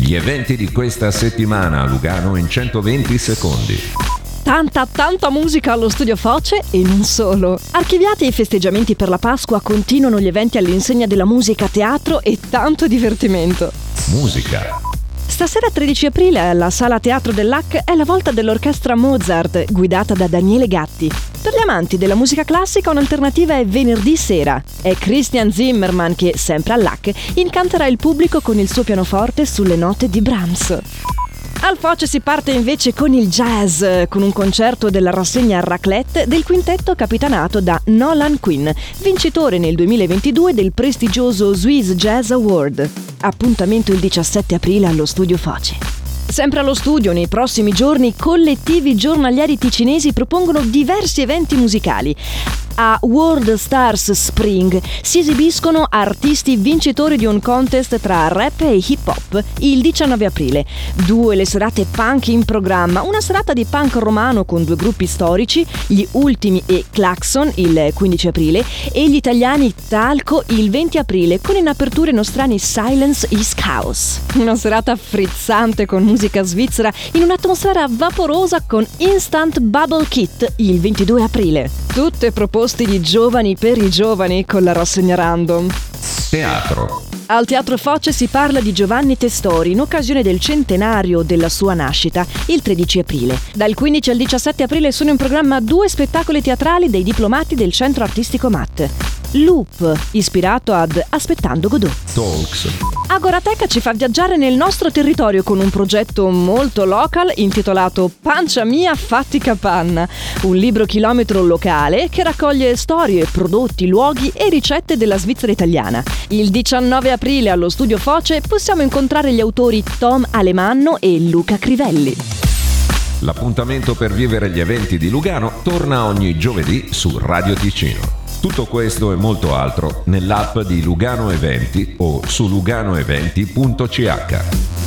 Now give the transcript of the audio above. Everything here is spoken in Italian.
Gli eventi di questa settimana a Lugano in 120 secondi. Tanta musica allo Studio Foce e non solo. Archiviati i festeggiamenti per la Pasqua, continuano gli eventi all'insegna della musica, teatro e tanto divertimento. Musica. Stasera 13 aprile alla Sala Teatro dell'Hack è la volta dell'orchestra Mozart, guidata da Daniele Gatti. Per gli amanti della musica classica un'alternativa è venerdì sera. È Christian Zimmermann che, sempre all'Hack, incanterà il pubblico con il suo pianoforte sulle note di Brahms. Al Foce si parte invece con il jazz, con un concerto della rassegna Raclette del quintetto capitanato da Nolan Quinn, vincitore nel 2022 del prestigioso Swiss Jazz Award. Appuntamento il 17 aprile allo Studio Foce. Sempre allo studio, nei prossimi giorni, collettivi giornalieri ticinesi propongono diversi eventi musicali. A World Stars Spring si esibiscono artisti vincitori di un contest tra rap e hip hop il 19 aprile. 2 le serate punk in programma, una serata di punk romano con 2 gruppi storici, Gli Ultimi e Klaxon il 15 aprile e gli italiani Talco il 20 aprile con in apertura i nostrani Silence is Chaos. Una serata frizzante con musica svizzera in un'atmosfera vaporosa con Instant Bubble Kit il 22 aprile. Tutte proposte di giovani per i giovani con la rassegna random. Teatro. Al Teatro Foce si parla di Giovanni Testori in occasione del centenario della sua nascita, il 13 aprile. Dal 15 al 17 aprile sono in programma 2 spettacoli teatrali dei diplomati del Centro Artistico MAT. Loop, ispirato ad Aspettando Godot. Talks. Agorateca ci fa viaggiare nel nostro territorio con un progetto molto local intitolato Pancia Mia Fatti Capanna, un libro chilometro locale che raccoglie storie, prodotti, luoghi e ricette della Svizzera italiana. Il 19 aprile allo Studio Foce possiamo incontrare gli autori Tom Alemanno e Luca Crivelli. L'appuntamento per vivere gli eventi di Lugano torna ogni giovedì su Radio Ticino. Tutto questo e molto altro nell'app di Lugano Eventi o su luganoeventi.ch.